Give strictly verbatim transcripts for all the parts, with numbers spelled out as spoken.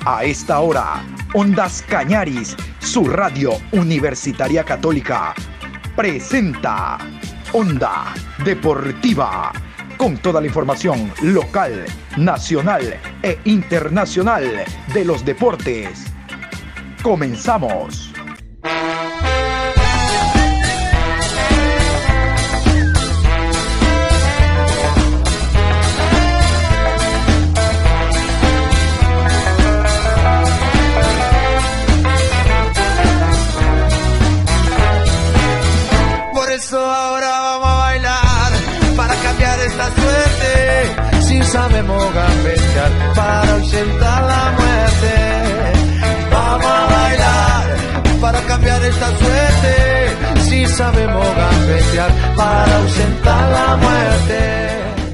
A esta hora, Ondas Cañaris, su radio universitaria católica, presenta Onda Deportiva, con toda la información local, nacional e internacional de los deportes. Comenzamos. Ahora vamos a bailar para cambiar esta suerte. Si sabemos gambetear para ausentar la muerte. Vamos a bailar para cambiar esta suerte. Si sabemos gambetear para ausentar la muerte.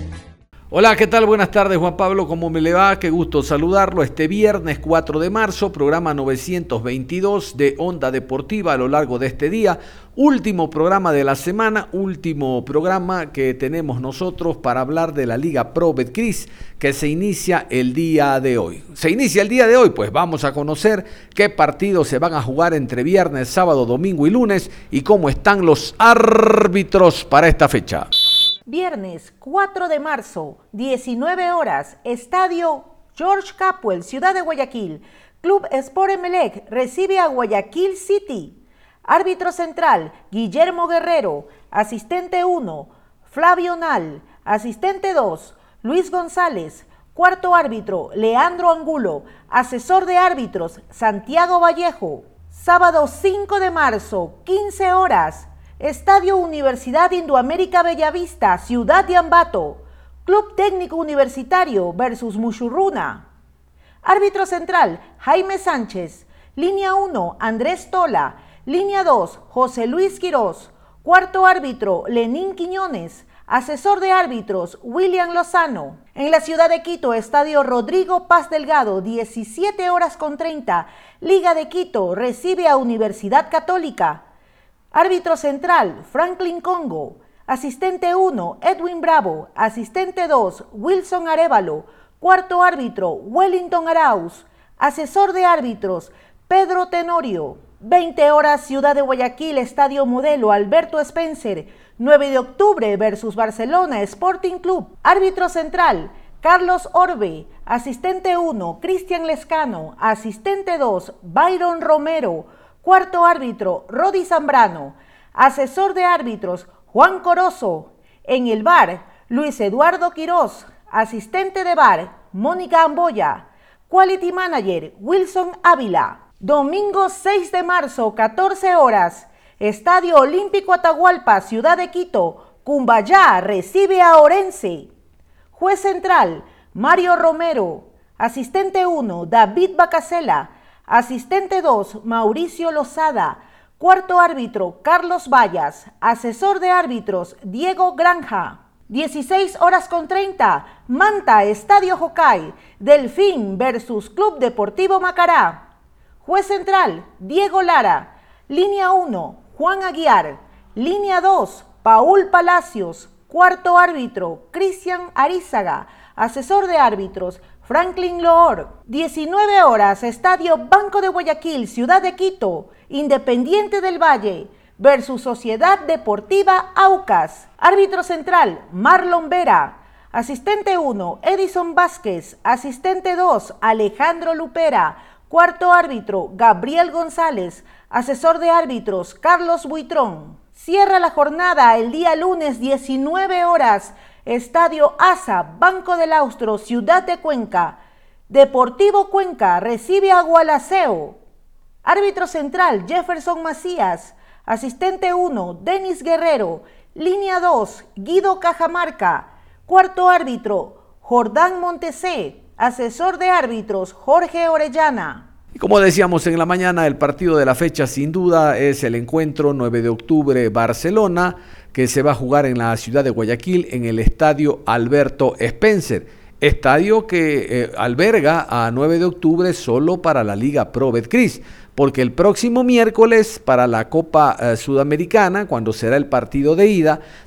Hola, ¿qué tal? Buenas tardes, Juan Pablo, ¿cómo me le va? Qué gusto saludarlo este viernes cuatro de marzo, programa novecientos veintidós de Onda Deportiva a lo largo de este día. Último programa de la semana, último programa que tenemos nosotros para hablar de la Liga Pro Betcris que se inicia el día de hoy. Se inicia el día de hoy, pues vamos a conocer qué partidos se van a jugar entre viernes, sábado, domingo y lunes y cómo están los árbitros para esta fecha. Viernes cuatro de marzo, diecinueve horas, Estadio George Capwell, Ciudad de Guayaquil. Club Sport Emelec recibe a Guayaquil City. Árbitro central, Guillermo Guerrero. Asistente uno, Flavio Nal. Asistente dos, Luis González. Cuarto árbitro, Leandro Angulo. Asesor de árbitros, Santiago Vallejo. Sábado cinco de marzo, quince horas. Estadio Universidad Indoamérica Bellavista, Ciudad de Ambato. Club Técnico Universitario versus Mushurruna. Árbitro central, Jaime Sánchez. Línea uno, Andrés Tola. Línea dos, José Luis Quirós. Cuarto árbitro, Lenín Quiñones. Asesor de árbitros, William Lozano. En la ciudad de Quito, Estadio Rodrigo Paz Delgado, diecisiete horas con treinta. Liga de Quito recibe a Universidad Católica. Árbitro central, Franklin Congo. Asistente uno, Edwin Bravo. Asistente dos, Wilson Arévalo. Cuarto árbitro, Wellington Arauz. Asesor de árbitros, Pedro Tenorio. veinte horas, Ciudad de Guayaquil, Estadio Modelo Alberto Spencer. nueve de octubre versus Barcelona Sporting Club. Árbitro central, Carlos Orbe. Asistente uno, Cristian Lescano. Asistente dos, Byron Romero. Cuarto árbitro, Rodi Zambrano. Asesor de árbitros, Juan Corozo. En el V A R, Luis Eduardo Quirós. Asistente de V A R, Mónica Amboya. Quality Manager, Wilson Ávila. Domingo seis de marzo, catorce horas. Estadio Olímpico Atahualpa, Ciudad de Quito. Cumbayá recibe a Orense. Juez central, Mario Romero. Asistente uno, David Bacasela. Asistente dos, Mauricio Lozada. Cuarto árbitro, Carlos Vallas. Asesor de árbitros, Diego Granja. dieciséis horas con treinta, Manta, Estadio Jocay. Delfín versus Club Deportivo Macará. Juez central, Diego Lara. Línea uno, Juan Aguiar. Línea dos, Paul Palacios. Cuarto árbitro, Cristian Arizaga. Asesor de árbitros, Franklin Loor. diecinueve horas, Estadio Banco de Guayaquil, Ciudad de Quito. Independiente del Valle versus Sociedad Deportiva Aucas. Árbitro central, Marlon Vera. Asistente uno, Edison Vázquez. Asistente dos, Alejandro Lupera. Cuarto árbitro, Gabriel González. Asesor de árbitros, Carlos Buitrón. Cierra la jornada el día lunes, diecinueve horas. Estadio Asa, Banco del Austro, Ciudad de Cuenca. Deportivo Cuenca recibe a Gualaceo. Árbitro central, Jefferson Macías. Asistente uno, Denis Guerrero. Línea dos, Guido Cajamarca. Cuarto árbitro, Jordán Montesé. Asesor de árbitros, Jorge Orellana. Y como decíamos en la mañana, el partido de la fecha sin duda es el encuentro nueve de octubre Barcelona, que se va a jugar en la ciudad de Guayaquil en el estadio Alberto Spencer. Estadio que eh, alberga a nueve de octubre solo para la Liga Pro Betcris, porque el próximo miércoles para la Copa eh, Sudamericana, cuando será el partido de ida,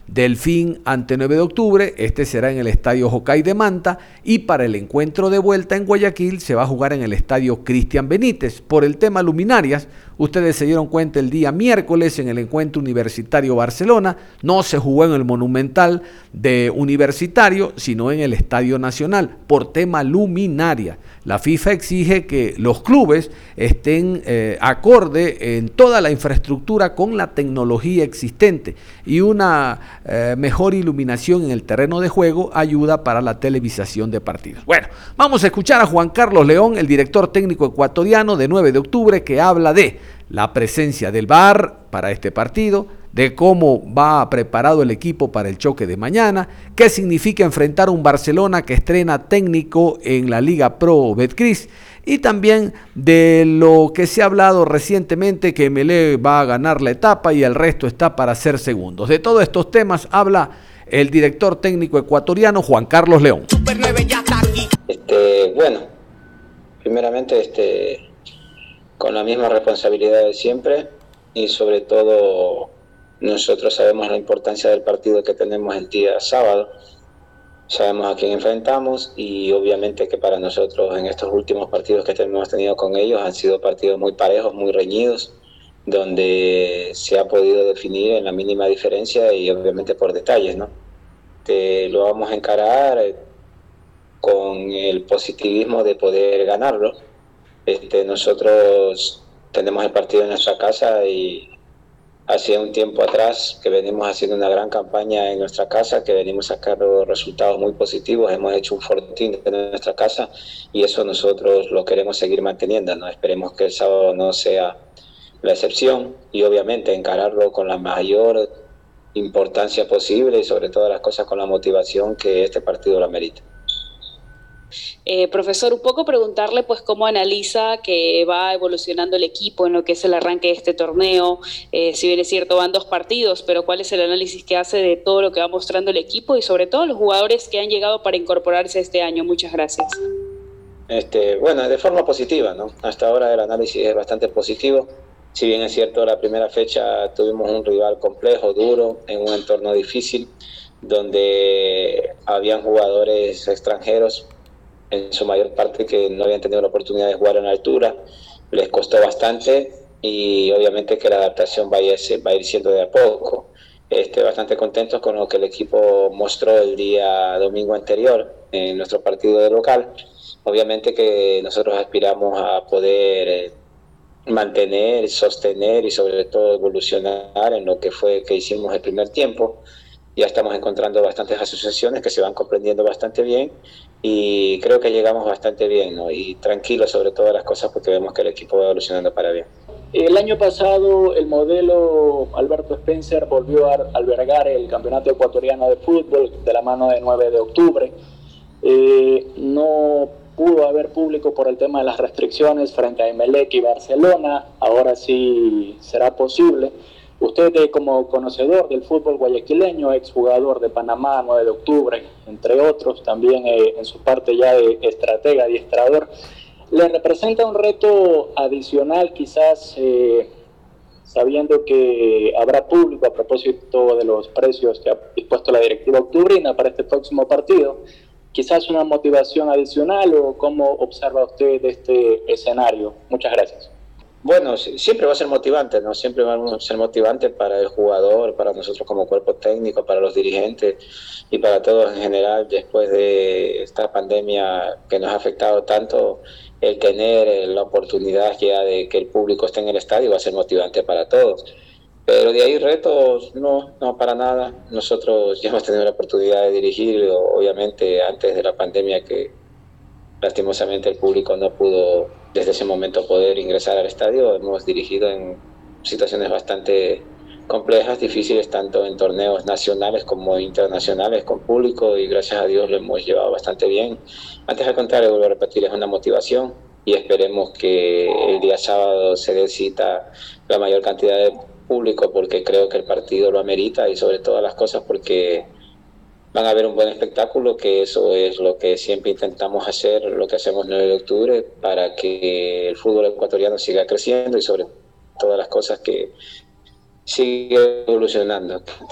Delfín ante nueve de octubre, este será en el Estadio Jocay de Manta, y para el encuentro de vuelta en Guayaquil se va a jugar en el Estadio Cristian Benítez. Por el tema luminarias, ustedes se dieron cuenta el día miércoles en el encuentro Universitario Barcelona, no se jugó en el Monumental de Universitario, sino en el Estadio Nacional, por tema luminaria. La FIFA exige que los clubes estén eh, acorde en toda la infraestructura con la tecnología existente, y una eh, mejor iluminación en el terreno de juego ayuda para la televisación de partidos. Bueno, vamos a escuchar a Juan Carlos León, el director técnico ecuatoriano de nueve de octubre, que habla de la presencia del V A R para este partido, de cómo va preparado el equipo para el choque de mañana, qué significa enfrentar a un Barcelona que estrena técnico en la Liga Pro Betcris, y también de lo que se ha hablado recientemente, que Melé va a ganar la etapa y el resto está para ser segundos. De todos estos temas habla el director técnico ecuatoriano Juan Carlos León. Este, bueno, primeramente este, con la misma responsabilidad de siempre, y sobre todo nosotros sabemos la importancia del partido que tenemos el día sábado, sabemos a quién enfrentamos, y obviamente que para nosotros en estos últimos partidos que hemos tenido con ellos han sido partidos muy parejos, muy reñidos, donde se ha podido definir en la mínima diferencia y obviamente por detalles, ¿no? Te lo vamos a encarar con el positivismo de poder ganarlo. Este, nosotros tenemos el partido en nuestra casa y hacía un tiempo atrás que venimos haciendo una gran campaña en nuestra casa, que venimos sacando resultados muy positivos, hemos hecho un fortín en nuestra casa y eso nosotros lo queremos seguir manteniendo, ¿no? Esperemos que el sábado no sea la excepción y obviamente encararlo con la mayor importancia posible y sobre todas las cosas con la motivación que este partido lo amerita. Eh, profesor, un poco preguntarle pues cómo analiza que va evolucionando el equipo en lo que es el arranque de este torneo, eh, si bien es cierto van dos partidos, pero cuál es el análisis que hace de todo lo que va mostrando el equipo y sobre todo los jugadores que han llegado para incorporarse este año. Muchas gracias. Este, bueno, de forma positiva, ¿no? Hasta ahora el análisis es bastante positivo. Si bien es cierto, la primera fecha tuvimos un rival complejo, duro, en un entorno difícil, donde habían jugadores extranjeros, en su mayor parte que no habían tenido la oportunidad de jugar en altura, les costó bastante y obviamente que la adaptación va a ir, va a ir siendo de a poco. Este, bastante contentos con lo que el equipo mostró el día domingo anterior en nuestro partido de local. Obviamente que nosotros aspiramos a poder eh, mantener, sostener y sobre todo evolucionar en lo que fue que hicimos el primer tiempo. Ya estamos encontrando bastantes asociaciones que se van comprendiendo bastante bien y creo que llegamos bastante bien, ¿no? Y tranquilos sobre todas las cosas porque vemos que el equipo va evolucionando para bien. El año pasado el modelo Alberto Spencer volvió a albergar el Campeonato Ecuatoriano de Fútbol de la mano de nueve de octubre. Eh, no pudo haber público por el tema de las restricciones frente a Emelec y Barcelona, ahora sí será posible. Usted, eh, como conocedor del fútbol guayaquileño, exjugador de Panamá, nueve de octubre, entre otros, también eh, en su parte ya de estratega, adiestrador, ¿le representa un reto adicional quizás, eh, sabiendo que habrá público a propósito de los precios que ha dispuesto la directiva octubrina para este próximo partido? ¿Quizás una motivación adicional o cómo observa usted este escenario? Muchas gracias. Bueno, siempre va a ser motivante, ¿no? Siempre va a ser motivante para el jugador, para nosotros como cuerpo técnico, para los dirigentes y para todos en general. Después de esta pandemia que nos ha afectado tanto, el tener la oportunidad ya de que el público esté en el estadio va a ser motivante para todos. Pero de ahí retos, no, no para nada. Nosotros ya hemos tenido la oportunidad de dirigir, obviamente antes de la pandemia que lastimosamente el público no pudo desde ese momento poder ingresar al estadio. Hemos dirigido en situaciones bastante complejas, difíciles, tanto en torneos nacionales como internacionales con público y gracias a Dios lo hemos llevado bastante bien. Antes, al contrario, vuelvo a repetir, es una motivación y esperemos que el día sábado se dé cita la mayor cantidad de público porque creo que el partido lo amerita y sobre todas las cosas porque van a haber un buen espectáculo, que eso es lo que siempre intentamos hacer, lo que hacemos nueve de octubre, para que el fútbol ecuatoriano siga creciendo y sobre todas las cosas que siga evolucionando.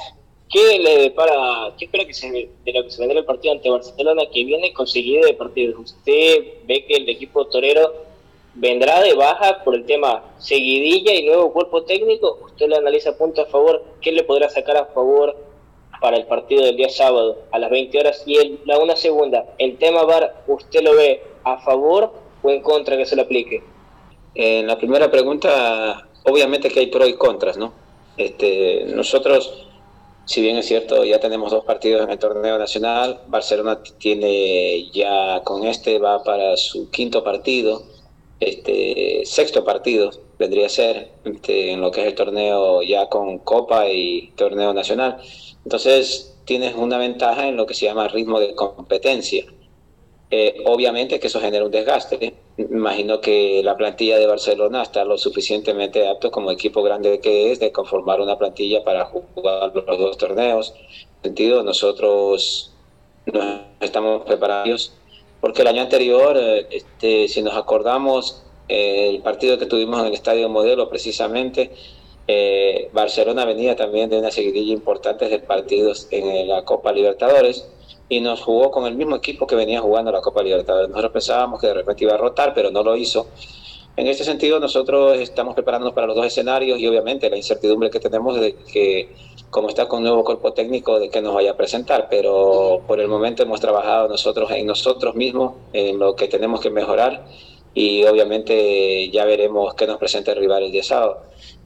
¿Qué le depara, qué espera que se, de lo que se vendrá el partido ante Barcelona, que viene conseguido de partidos? ¿Usted ve que el equipo torero vendrá de baja por el tema seguidilla y nuevo cuerpo técnico? ¿Usted lo analiza punto a favor? ¿Qué le podrá sacar a favor para el partido del día sábado a las veinte horas? Y el, la una segunda, el tema V A R, ¿usted lo ve a favor o en contra que se lo aplique? En la primera pregunta, obviamente que hay pros y contras, ¿no? Este, nosotros, si bien es cierto, ya tenemos dos partidos en el torneo nacional. Barcelona tiene ya con este, va para su quinto partido, este sexto partido vendría a ser este, en lo que es el torneo ya con Copa y torneo nacional. Entonces tienes una ventaja en lo que se llama ritmo de competencia. Eh, obviamente que eso genera un desgaste. Imagino que la plantilla de Barcelona está lo suficientemente apto como equipo grande que es de conformar una plantilla para jugar los dos torneos. En ese sentido, nosotros nos estamos preparados porque el año anterior, eh, este, si nos acordamos, eh, el partido que tuvimos en el Estadio Modelo precisamente, eh, Barcelona venía también de una seguidilla importante de partidos en la Copa Libertadores y nos jugó con el mismo equipo que venía jugando la Copa Libertadores. Nosotros pensábamos que de repente iba a rotar, pero no lo hizo. En este sentido, nosotros estamos preparándonos para los dos escenarios y obviamente la incertidumbre que tenemos de que, como está con un nuevo cuerpo técnico, de que nos vaya a presentar, pero por el momento hemos trabajado nosotros en nosotros mismos, en lo que tenemos que mejorar y obviamente ya veremos qué nos presenta el rival el día sábado.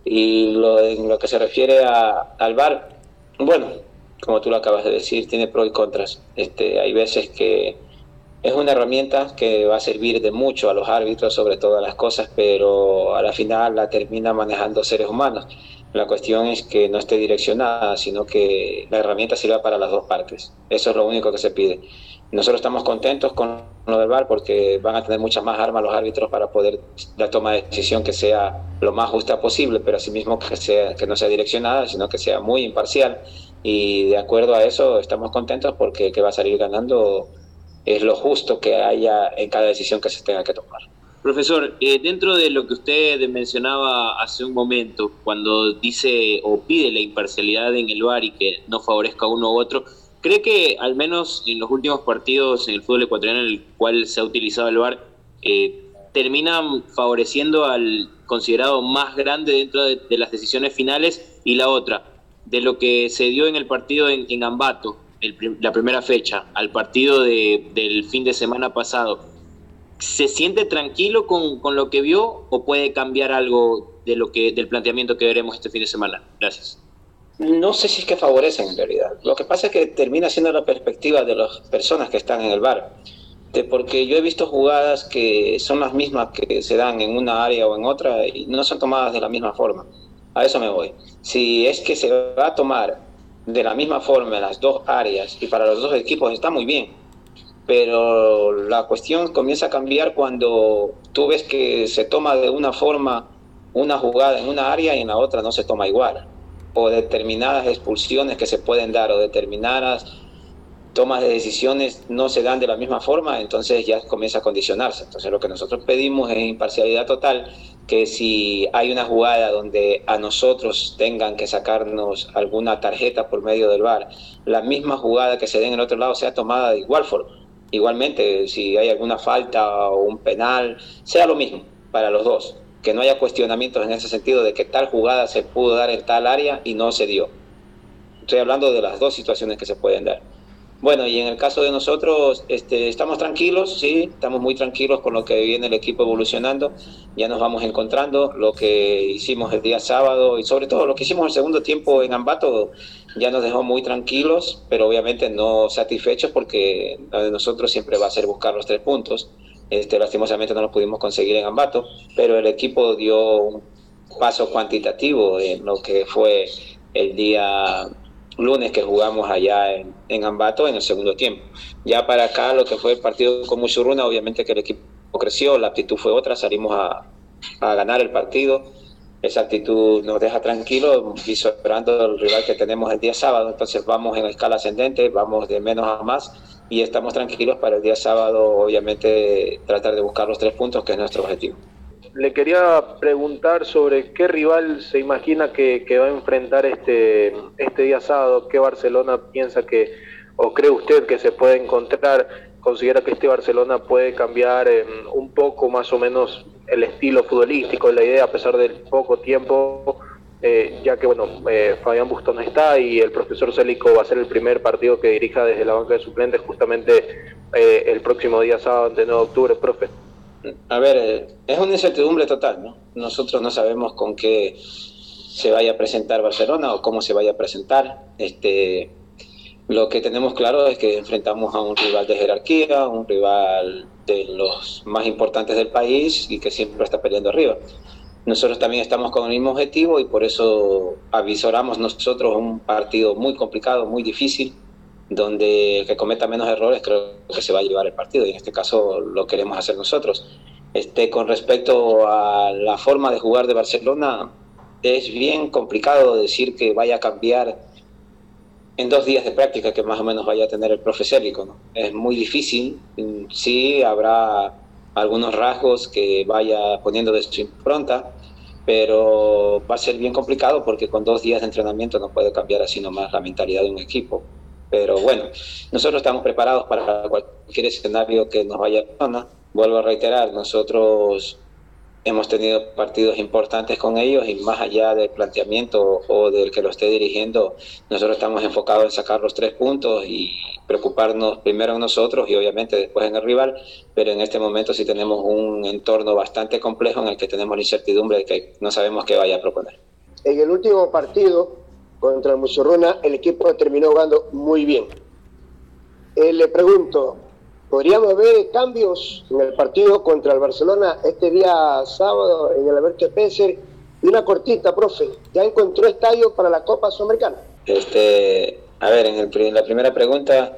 Y lo, en lo que se refiere a, al V A R, bueno, como tú lo acabas de decir, tiene pros y contras. Este, hay veces que es una herramienta que va a servir de mucho a los árbitros sobre todas las cosas, pero a la final la termina manejando seres humanos. La cuestión es que no esté direccionada, sino que la herramienta sirva para las dos partes. Eso es lo único que se pide. Nosotros estamos contentos con lo del V A R porque van a tener muchas más armas los árbitros para poder la toma de decisión que sea lo más justa posible, pero asimismo que, sea, que no sea direccionada, sino que sea muy imparcial. Y de acuerdo a eso estamos contentos porque el que va a salir ganando es lo justo que haya en cada decisión que se tenga que tomar. Profesor, eh, dentro de lo que usted mencionaba hace un momento, cuando dice o pide la imparcialidad en el V A R y que no favorezca a uno u otro, ¿cree que al menos en los últimos partidos en el fútbol ecuatoriano en el cual se ha utilizado el V A R, eh, terminan favoreciendo al considerado más grande dentro de, de las decisiones finales? Y la otra, de lo que se dio en el partido en, en Ambato, el, la primera fecha, al partido de, del fin de semana pasado, ¿se siente tranquilo con, con lo que vio o puede cambiar algo de lo que del planteamiento que veremos este fin de semana? Gracias. No sé si es que favorecen en realidad. Lo que pasa es que termina siendo la perspectiva de las personas que están en el V A R. De, porque yo he visto jugadas que son las mismas que se dan en una área o en otra y no son tomadas de la misma forma. A eso me voy. Si es que se va a tomar de la misma forma en las dos áreas y para los dos equipos está muy bien. Pero la cuestión comienza a cambiar cuando tú ves que se toma de una forma una jugada en una área y en la otra no se toma igual. O determinadas expulsiones que se pueden dar o determinadas tomas de decisiones no se dan de la misma forma, entonces ya comienza a condicionarse. Entonces lo que nosotros pedimos es imparcialidad total, que si hay una jugada donde a nosotros tengan que sacarnos alguna tarjeta por medio del V A R, la misma jugada que se dé en el otro lado sea tomada de igual forma. Igualmente, si hay alguna falta o un penal, sea lo mismo para los dos. Que no haya cuestionamientos en ese sentido de que tal jugada se pudo dar en tal área y no se dio. Estoy hablando de las dos situaciones que se pueden dar. Bueno, y en el caso de nosotros, este, estamos tranquilos, sí, estamos muy tranquilos con lo que viene el equipo evolucionando. Ya nos vamos encontrando. Lo que hicimos el día sábado y sobre todo lo que hicimos el segundo tiempo en Ambato ya nos dejó muy tranquilos, pero obviamente no satisfechos porque lo de nosotros siempre va a ser buscar los tres puntos. Este, lastimosamente no lo pudimos conseguir en Ambato, pero el equipo dio un paso cuantitativo en lo que fue el día lunes que jugamos allá en, en Ambato en el segundo tiempo. Ya para acá lo que fue el partido con Musuruna, obviamente que el equipo creció, la actitud fue otra, salimos a, a ganar el partido. Esa actitud nos deja tranquilos, visorando el rival que tenemos el día sábado. Entonces vamos en escala ascendente, vamos de menos a más y estamos tranquilos para el día sábado, obviamente tratar de buscar los tres puntos, que es nuestro objetivo. le quería preguntar sobre qué rival se imagina que, que va a enfrentar este, este día sábado, qué Barcelona piensa que, o cree usted que se puede encontrar, considera que este Barcelona puede cambiar eh, un poco más o menos el estilo futbolístico, la idea a pesar del poco tiempo, eh, ya que bueno, eh, Fabián Bustos no está y el profesor Célico va a ser el primer partido que dirija desde la banca de suplentes justamente eh, el próximo día sábado, de nueve de octubre, profe. A ver, es una incertidumbre total, ¿no? Nosotros no sabemos con qué se vaya a presentar Barcelona o cómo se vaya a presentar. Este, lo que tenemos claro es que enfrentamos a un rival de jerarquía, un rival de los más importantes del país y que siempre está peleando arriba. Nosotros también estamos con el mismo objetivo y por eso avisoramos nosotros un partido muy complicado, muy difícil, donde el que cometa menos errores creo que se va a llevar el partido, y en este caso lo queremos hacer nosotros. Este, con respecto a la forma de jugar de Barcelona, es bien complicado decir que vaya a cambiar en dos días de práctica que más o menos vaya a tener el profe Célico, ¿no? Es muy difícil, sí habrá algunos rasgos que vaya poniendo de su impronta, pero va a ser bien complicado porque con dos días de entrenamiento no puede cambiar así nomás la mentalidad de un equipo. Pero bueno, nosotros estamos preparados para cualquier escenario que nos vaya a zona. Vuelvo a reiterar, nosotros hemos tenido partidos importantes con ellos y más allá del planteamiento o del que lo esté dirigiendo, nosotros estamos enfocados en sacar los tres puntos y preocuparnos primero en nosotros y obviamente después en el rival, pero en este momento sí tenemos un entorno bastante complejo en el que tenemos la incertidumbre de que no sabemos qué vaya a proponer. En el último partido contra el Musurruna, el equipo terminó jugando muy bien. Eh, le pregunto, ¿podríamos ver cambios en el partido contra el Barcelona este día sábado en el Alberto Spencer? Y una cortita, profe, ¿ya encontró estadio para la Copa Sudamericana? Este, a ver, en, el, en la primera pregunta,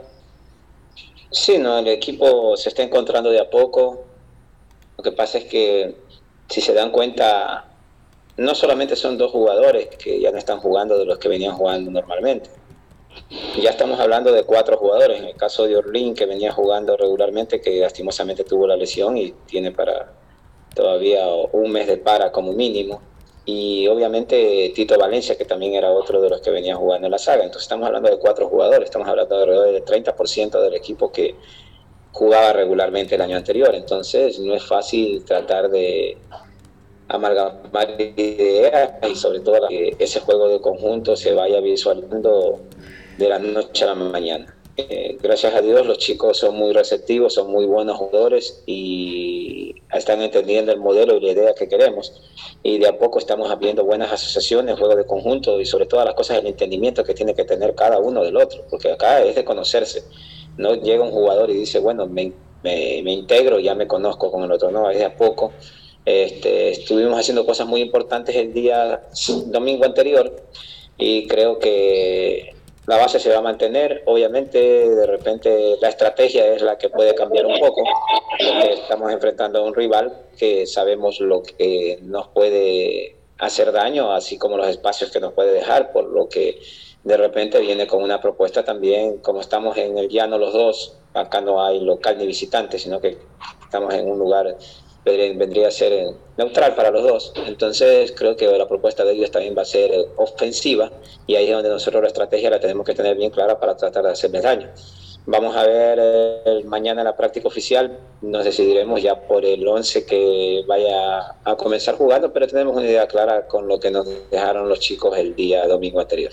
sí, no, el equipo se está encontrando de a poco. Lo que pasa es que, si se dan cuenta, no solamente son dos jugadores que ya no están jugando de los que venían jugando normalmente. Ya estamos hablando de cuatro jugadores. En el caso de Orlín, que venía jugando regularmente, que lastimosamente tuvo la lesión y tiene para todavía un mes de para como mínimo. Y obviamente Tito Valencia, que también era otro de los que venía jugando en la saga. Entonces estamos hablando de cuatro jugadores. Estamos hablando de alrededor del treinta por ciento del equipo que jugaba regularmente el año anterior. Entonces no es fácil tratar de amalgamar ideas y sobre todo que ese juego de conjunto se vaya visualizando de la noche a la mañana. Eh, gracias a Dios los chicos son muy receptivos, son muy buenos jugadores y están entendiendo el modelo y la idea que queremos, y de a poco estamos viendo buenas asociaciones, juego de conjunto y sobre todas las cosas el entendimiento que tiene que tener cada uno del otro, porque acá es de conocerse. No llega un jugador y dice, bueno, me, me, me integro y ya me conozco con el otro, no, es de a poco. Este, estuvimos haciendo cosas muy importantes el día domingo anterior y creo que la base se va a mantener. Obviamente de repente la estrategia es la que puede cambiar un poco, porque estamos enfrentando a un rival que sabemos lo que nos puede hacer daño, así como los espacios que nos puede dejar, por lo que de repente viene con una propuesta también. Como estamos en el llano los dos, acá no hay local ni visitante, sino que estamos en un lugar vendría a ser neutral para los dos. Entonces creo que la propuesta de ellos también va a ser ofensiva y ahí es donde nosotros la estrategia la tenemos que tener bien clara para tratar de hacerles daño. Vamos a ver eh, mañana la práctica oficial, nos decidiremos ya por el once que vaya a comenzar jugando, pero tenemos una idea clara con lo que nos dejaron los chicos el día domingo anterior.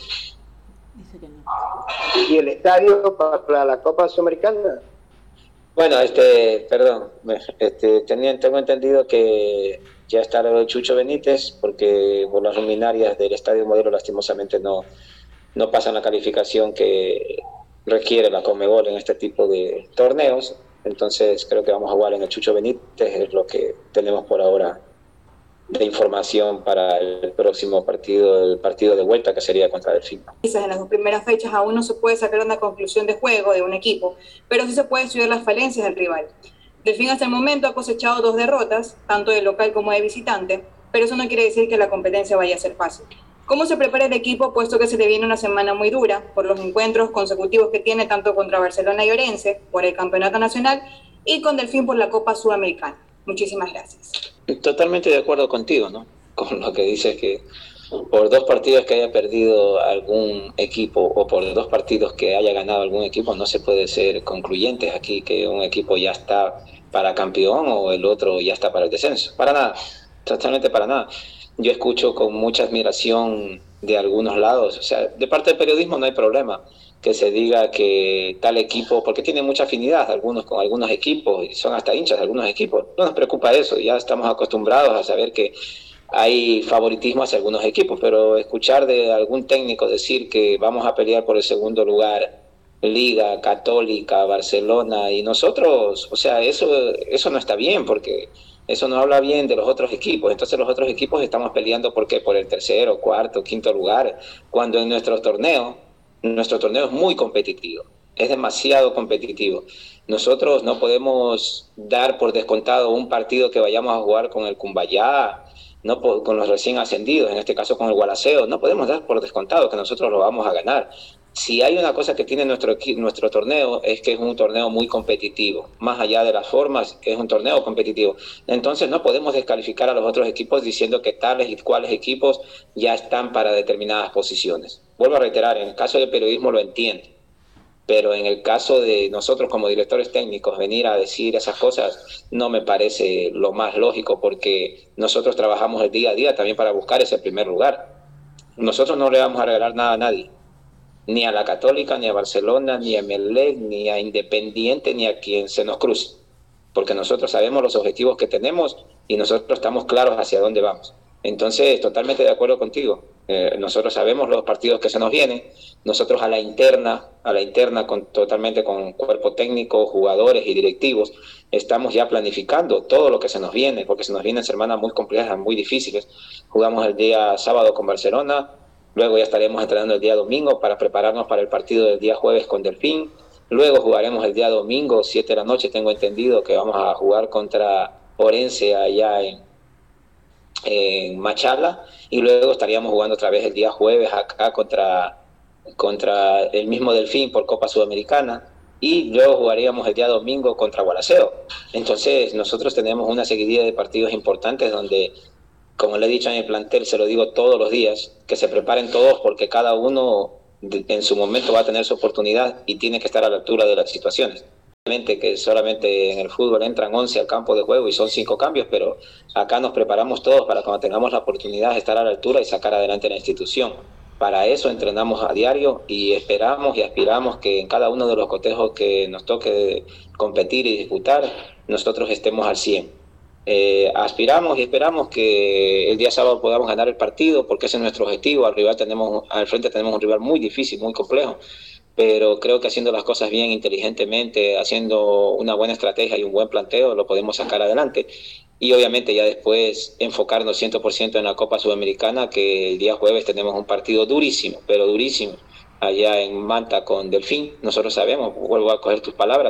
¿Y el estadio para la Copa Sudamericana? Bueno, este, perdón, este, tenía, tengo entendido que ya está el Chucho Benítez, porque por las luminarias del Estadio Modelo lastimosamente no, no pasan la calificación que requiere la Conmebol en este tipo de torneos. Entonces creo que vamos a jugar en el Chucho Benítez, es lo que tenemos por ahora de información para el próximo partido, el partido de vuelta, que sería contra Delfín. Quizás en las dos primeras fechas aún no se puede sacar una conclusión de juego de un equipo, pero sí se puede estudiar las falencias del rival. Delfín hasta el momento ha cosechado dos derrotas, tanto de local como de visitante, pero eso no quiere decir que la competencia vaya a ser fácil. ¿Cómo se prepara el equipo, puesto que se le viene una semana muy dura por los encuentros consecutivos que tiene tanto contra Barcelona y Orense por el Campeonato Nacional y con Delfín por la Copa Sudamericana? Muchísimas gracias. Totalmente de acuerdo contigo, ¿no? Con lo que dices, que por dos partidos que haya perdido algún equipo o por dos partidos que haya ganado algún equipo no se puede ser concluyentes aquí que un equipo ya está para campeón o el otro ya está para el descenso. Para nada, totalmente para nada. Yo escucho con mucha admiración de algunos lados, o sea, de parte del periodismo no hay problema que se diga que tal equipo, porque tiene mucha afinidad algunos con algunos equipos y son hasta hinchas de algunos equipos. No nos preocupa eso, ya estamos acostumbrados a saber que hay favoritismo hacia algunos equipos, pero escuchar de algún técnico decir que vamos a pelear por el segundo lugar, Liga, Católica, Barcelona y nosotros, o sea, eso, eso no está bien, porque eso no habla bien de los otros equipos. Entonces los otros equipos estamos peleando ¿por qué? Por el tercero, cuarto, quinto lugar, cuando en nuestro torneo, nuestro torneo es muy competitivo, es demasiado competitivo. Nosotros no podemos dar por descontado un partido que vayamos a jugar con el Cumbayá, no con los recién ascendidos, en este caso con el Gualaceo, no podemos dar por descontado que nosotros lo vamos a ganar. Si hay una cosa que tiene nuestro, nuestro torneo es que es un torneo muy competitivo, más allá de las formas, es un torneo competitivo. Entonces no podemos descalificar a los otros equipos diciendo que tales y cuales equipos ya están para determinadas posiciones. Vuelvo a reiterar, en el caso del periodismo lo entiendo, pero en el caso de nosotros como directores técnicos venir a decir esas cosas no me parece lo más lógico, porque nosotros trabajamos el día a día también para buscar ese primer lugar. Nosotros no le vamos a regalar nada a nadie, ni a la Católica, ni a Barcelona, ni a Emelec, ni a Independiente, ni a quien se nos cruce, porque nosotros sabemos los objetivos que tenemos y nosotros estamos claros hacia dónde vamos. Entonces, totalmente de acuerdo contigo. Eh, nosotros sabemos los partidos que se nos vienen, nosotros a la interna, a la interna con, totalmente con cuerpo técnico, jugadores y directivos, estamos ya planificando todo lo que se nos viene, porque se nos vienen semanas muy complejas, muy difíciles. Jugamos el día sábado con Barcelona, luego ya estaremos entrenando el día domingo para prepararnos para el partido del día jueves con Delfín, luego jugaremos el día domingo, siete de la noche, tengo entendido que vamos a jugar contra Orense allá en en Machala, y luego estaríamos jugando otra vez el día jueves acá contra, contra el mismo Delfín por Copa Sudamericana, y luego jugaríamos el día domingo contra Gualaceo. Entonces nosotros tenemos una seguidilla de partidos importantes donde, como le he dicho en el plantel, se lo digo todos los días, que se preparen todos porque cada uno en su momento va a tener su oportunidad y tiene que estar a la altura de las situaciones. Que solamente en el fútbol entran once al campo de juego y son cinco cambios, pero acá nos preparamos todos para cuando tengamos la oportunidad de estar a la altura y sacar adelante la institución. Para eso entrenamos a diario y esperamos y aspiramos que en cada uno de los cotejos que nos toque competir y disputar, nosotros estemos al cien. Eh, aspiramos y esperamos que el día sábado podamos ganar el partido, porque ese es nuestro objetivo. Al rival tenemos, al frente tenemos un rival muy difícil, muy complejo, pero creo que haciendo las cosas bien, inteligentemente, haciendo una buena estrategia y un buen planteo, lo podemos sacar adelante. Y obviamente ya después enfocarnos cien por ciento en la Copa Sudamericana, que el día jueves tenemos un partido durísimo, pero durísimo, allá en Manta con Delfín. Nosotros sabemos, vuelvo a coger tus palabras,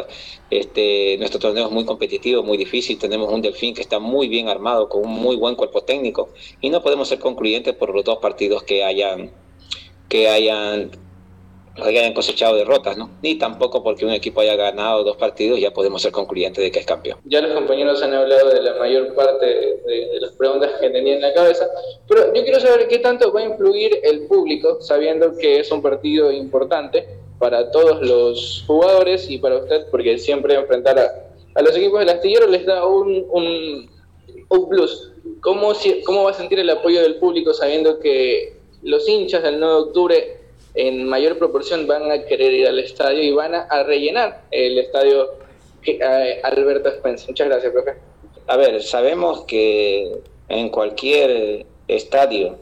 este, nuestro torneo es muy competitivo, muy difícil, tenemos un Delfín que está muy bien armado, con un muy buen cuerpo técnico, y no podemos ser concluyentes por los dos partidos que hayan, que hayan que hayan cosechado derrotas, ¿no? Ni tampoco porque un equipo haya ganado dos partidos ya podemos ser concluyentes de que es campeón. Ya los compañeros han hablado de la mayor parte de, de las preguntas que tenía en la cabeza, pero yo quiero saber qué tanto va a influir el público, sabiendo que es un partido importante para todos los jugadores y para usted, porque siempre enfrentar a, a los equipos del astillero les da un, un, un plus. ¿Cómo, ¿Cómo va a sentir el apoyo del público sabiendo que los hinchas del nueve de octubre en mayor proporción van a querer ir al estadio y van a, a rellenar el estadio eh, Alberto Spencer? Muchas gracias, profe. A ver, sabemos que en cualquier estadio,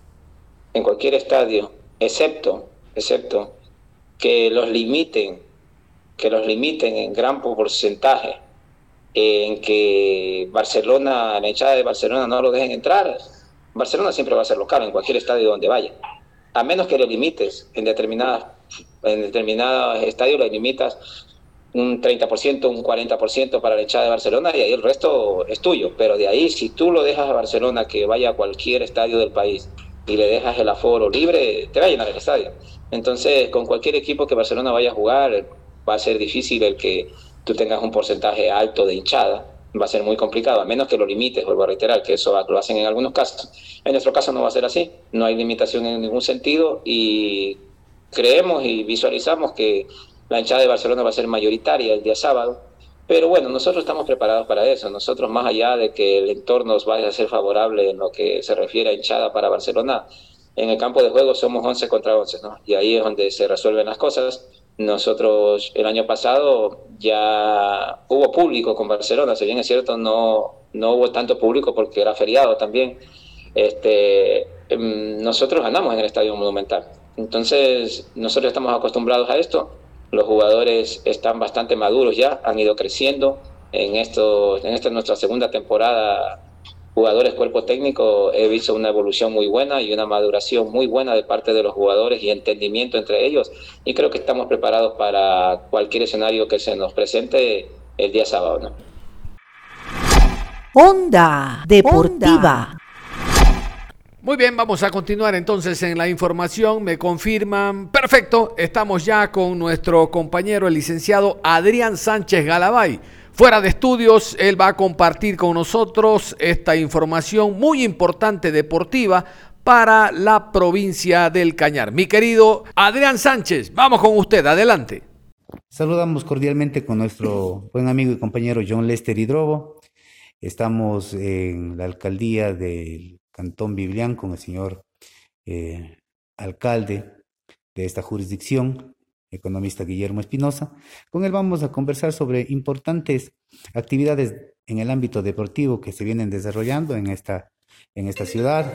en cualquier estadio, excepto, excepto que los limiten, que los limiten en gran porcentaje, en que Barcelona, la hinchada de Barcelona no lo dejen entrar, Barcelona siempre va a ser local en cualquier estadio donde vaya. A menos que le limites en determinadas, en determinados estadios, le limitas un treinta por ciento, un cuarenta por ciento para la hinchada de Barcelona y ahí el resto es tuyo. Pero de ahí, si tú lo dejas a Barcelona que vaya a cualquier estadio del país y le dejas el aforo libre, te va a llenar el estadio. Entonces, con cualquier equipo que Barcelona vaya a jugar, va a ser difícil el que tú tengas un porcentaje alto de hinchada. va a ser muy complicado, a menos que lo limites, vuelvo a reiterar, que eso lo hacen en algunos casos. En nuestro caso no va a ser así, no hay limitación en ningún sentido y creemos y visualizamos que la hinchada de Barcelona va a ser mayoritaria el día sábado, pero bueno, nosotros estamos preparados para eso. Nosotros, más allá de que el entorno nos vaya a ser favorable en lo que se refiere a hinchada para Barcelona, en el campo de juego somos once contra once, ¿no? Y ahí es donde se resuelven las cosas. Nosotros el año pasado ya hubo público con Barcelona, si bien es cierto no, no hubo tanto público porque era feriado también. Este, nosotros ganamos en el Estadio Monumental. Entonces nosotros estamos acostumbrados a esto. Los jugadores están bastante maduros ya, han ido creciendo. En, esto, en esta nuestra segunda temporada, jugadores, cuerpo técnico, he visto una evolución muy buena y una maduración muy buena de parte de los jugadores y entendimiento entre ellos. Y creo que estamos preparados para cualquier escenario que se nos presente el día sábado, ¿no? Onda Deportiva. Muy bien, vamos a continuar entonces en la información. Me confirman, perfecto, estamos ya con nuestro compañero, el licenciado Adrián Sánchez Galabay. Fuera de estudios, él va a compartir con nosotros esta información muy importante deportiva para la provincia del Cañar. Mi querido Adrián Sánchez, vamos con usted, adelante. Saludamos cordialmente con nuestro buen amigo y compañero John Lester Hidrobo. Estamos en la alcaldía del Cantón Biblián con el señor eh, alcalde de esta jurisdicción, economista Guillermo Espinosa. Con él vamos a conversar sobre importantes actividades en el ámbito deportivo que se vienen desarrollando en esta, en esta ciudad.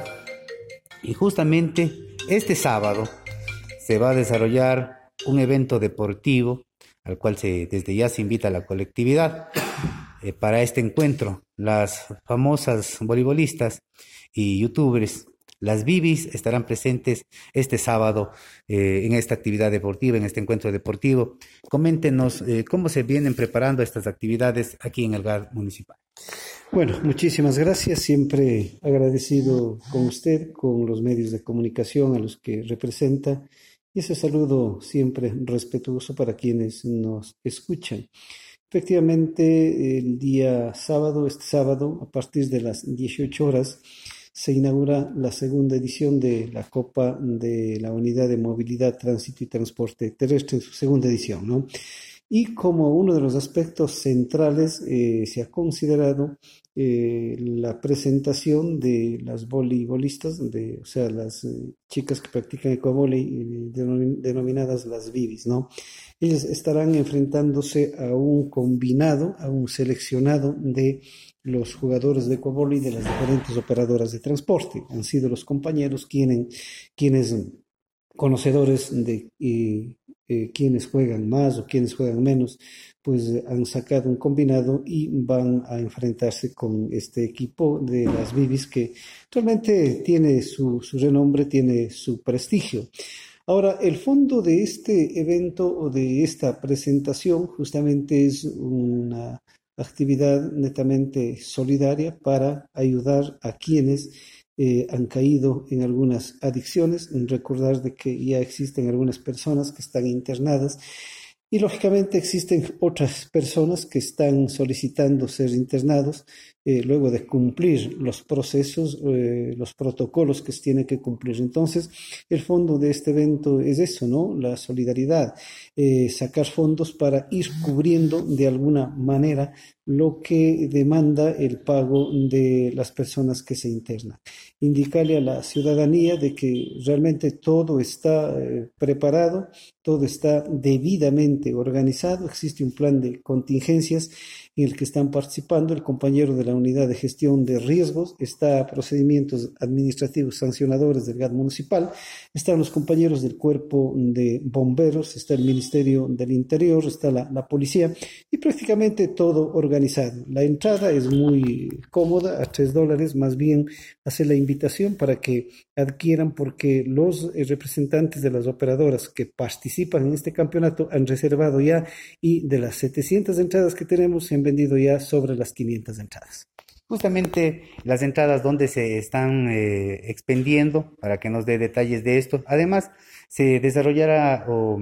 Y justamente este sábado se va a desarrollar un evento deportivo al cual se, desde ya se invita a la colectividad eh, para este encuentro. Las famosas voleibolistas y youtubers, las Bibis, estarán presentes este sábado eh, en esta actividad deportiva, en este encuentro deportivo. Coméntenos eh, cómo se vienen preparando estas actividades aquí en el G A R municipal. Bueno, muchísimas gracias. Siempre agradecido con usted, con los medios de comunicación a los que representa, y ese saludo siempre respetuoso para quienes nos escuchan. Efectivamente, el día sábado, este sábado, a partir de las dieciocho horas, se inaugura la segunda edición de la Copa de la Unidad de Movilidad, Tránsito y Transporte Terrestre, en su segunda edición, ¿no? Y como uno de los aspectos centrales eh, se ha considerado eh, la presentación de las voleibolistas, de, o sea, las eh, chicas que practican ecuavóley, eh, denom- denominadas las Bibis, ¿no? Ellas estarán enfrentándose a un combinado, a un seleccionado de los jugadores de ecuavóley de las diferentes operadoras de transporte. Han sido los compañeros quienes, quienes conocedores de eh, eh, quienes juegan más o quienes juegan menos, pues eh, han sacado un combinado y van a enfrentarse con este equipo de las Bibis que realmente tiene su, su renombre, tiene su prestigio. Ahora, el fondo de este evento o de esta presentación justamente es una actividad netamente solidaria para ayudar a quienes eh, han caído en algunas adicciones. Recordar de que ya existen algunas personas que están internadas y lógicamente existen otras personas que están solicitando ser internados eh, luego de cumplir los procesos, eh, los protocolos que se tienen que cumplir. Entonces, el fondo de este evento es eso, ¿no? La solidaridad, eh, sacar fondos para ir cubriendo de alguna manera lo que demanda el pago de las personas que se internan. Indicarle a la ciudadanía de que realmente todo está eh, preparado, todo está debidamente organizado, existe un plan de contingencias en el que están participando el compañero de la Unidad de Gestión de Riesgos, está procedimientos administrativos sancionadores del G A D municipal, están los compañeros del Cuerpo de Bomberos, está el Ministerio del Interior, está la, la Policía y prácticamente todo organizado. La entrada es muy cómoda, a tres dólares, más bien hace la invitación para que adquieran porque los eh, representantes de las operadoras que participan en este campeonato han reservado ya y de las setecientas entradas que tenemos se han vendido ya sobre las quinientas entradas. Justamente las entradas donde se están eh, expendiendo, para que nos dé detalles de esto. Además, se desarrollará o,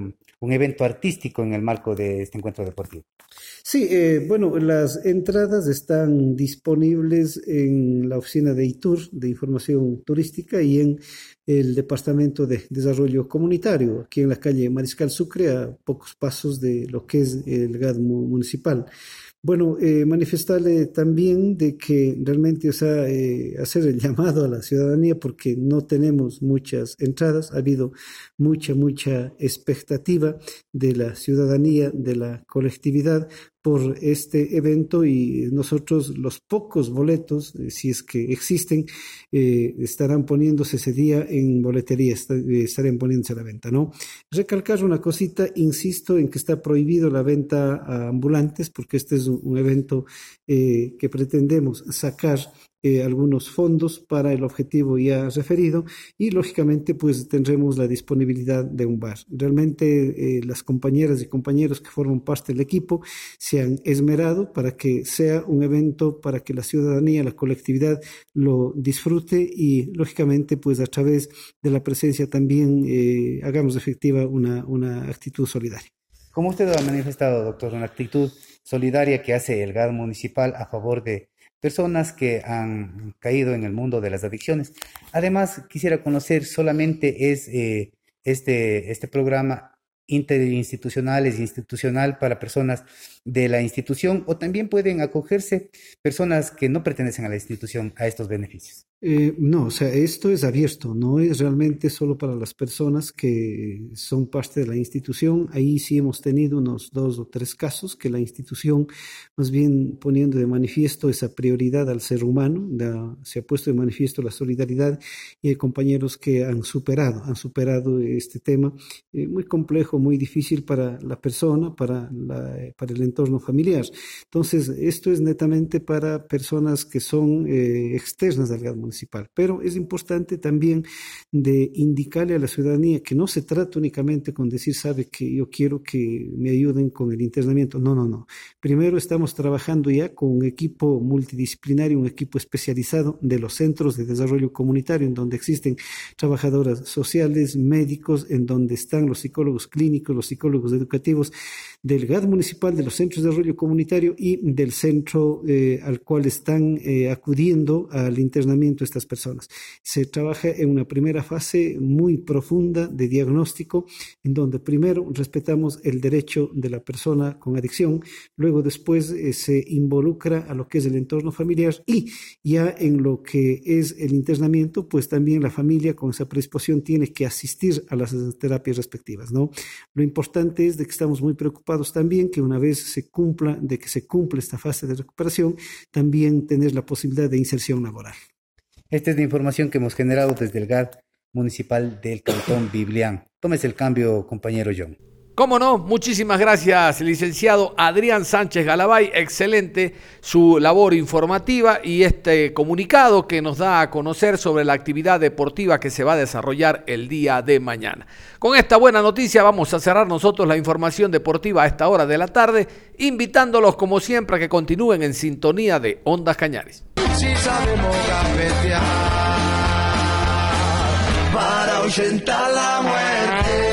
un evento artístico en el marco de este encuentro deportivo. Sí, eh, bueno, las entradas están disponibles en la oficina de ITUR, de Información Turística, y en el Departamento de Desarrollo Comunitario, aquí en la calle Mariscal Sucre, a pocos pasos de lo que es el G A D municipal. Bueno, eh, manifestarle también de que realmente, o sea, eh, hacer el llamado a la ciudadanía, porque no tenemos muchas entradas, ha habido mucha, mucha expectativa de la ciudadanía, de la colectividad por este evento, y nosotros los pocos boletos, eh, si es que existen, eh, estarán poniéndose ese día en boletería, est estarán poniéndose a la venta, ¿no? Recalcar una cosita, insisto en que está prohibido la venta a ambulantes, porque este es un, un evento eh, que pretendemos sacar Eh, algunos fondos para el objetivo ya referido, y lógicamente pues tendremos la disponibilidad de un bar. Realmente eh, las compañeras y compañeros que forman parte del equipo se han esmerado para que sea un evento para que la ciudadanía, la colectividad lo disfrute, y lógicamente pues a través de la presencia también eh, hagamos efectiva una, una actitud solidaria. Como usted ha manifestado, doctor, una actitud solidaria que hace el G A D municipal a favor de personas que han caído en el mundo de las adicciones. Además, quisiera conocer, solamente es eh, este, este programa interinstitucional, es institucional para personas de la institución, o también pueden acogerse personas que no pertenecen a la institución a estos beneficios. Eh, no, o sea, esto es abierto, no es realmente solo para las personas que son parte de la institución. Ahí sí hemos tenido unos dos o tres casos que la institución, más bien poniendo de manifiesto esa prioridad al ser humano, la, se ha puesto de manifiesto la solidaridad, y hay compañeros que han superado, han superado este tema eh, muy complejo, muy difícil para la persona, para, la, para el entorno familiar. Entonces, esto es netamente para personas que son eh, externas al G A D municipal. Pero es importante también de indicarle a la ciudadanía que no se trata únicamente con decir, sabe que yo quiero que me ayuden con el internamiento. No, no, no. Primero estamos trabajando ya con un equipo multidisciplinario, un equipo especializado de los centros de desarrollo comunitario, en donde existen trabajadoras sociales, médicos, en donde están los psicólogos clínicos, los psicólogos educativos del G A D municipal, de los centros de desarrollo comunitario y del centro eh, al cual están eh, acudiendo al internamiento estas personas. Se trabaja en una primera fase muy profunda de diagnóstico, en donde primero respetamos el derecho de la persona con adicción, luego después eh, se involucra a lo que es el entorno familiar, y ya en lo que es el internamiento, pues también la familia con esa predisposición tiene que asistir a las terapias respectivas, ¿no? Lo importante es de que estamos muy preocupados también que una vez se cumpla, de que se cumpla esta fase de recuperación, también tener la posibilidad de inserción laboral. Esta es la información que hemos generado desde el G A D municipal del Cantón Biblián. Tómese el cambio, compañero John. Cómo no, muchísimas gracias, licenciado Adrián Sánchez Galabay. Excelente su labor informativa y este comunicado que nos da a conocer sobre la actividad deportiva que se va a desarrollar el día de mañana. Con esta buena noticia vamos a cerrar nosotros la información deportiva a esta hora de la tarde, invitándolos como siempre a que continúen en sintonía de Ondas Cañaris. Si sabemos gambetear para ahuyentar la muerte.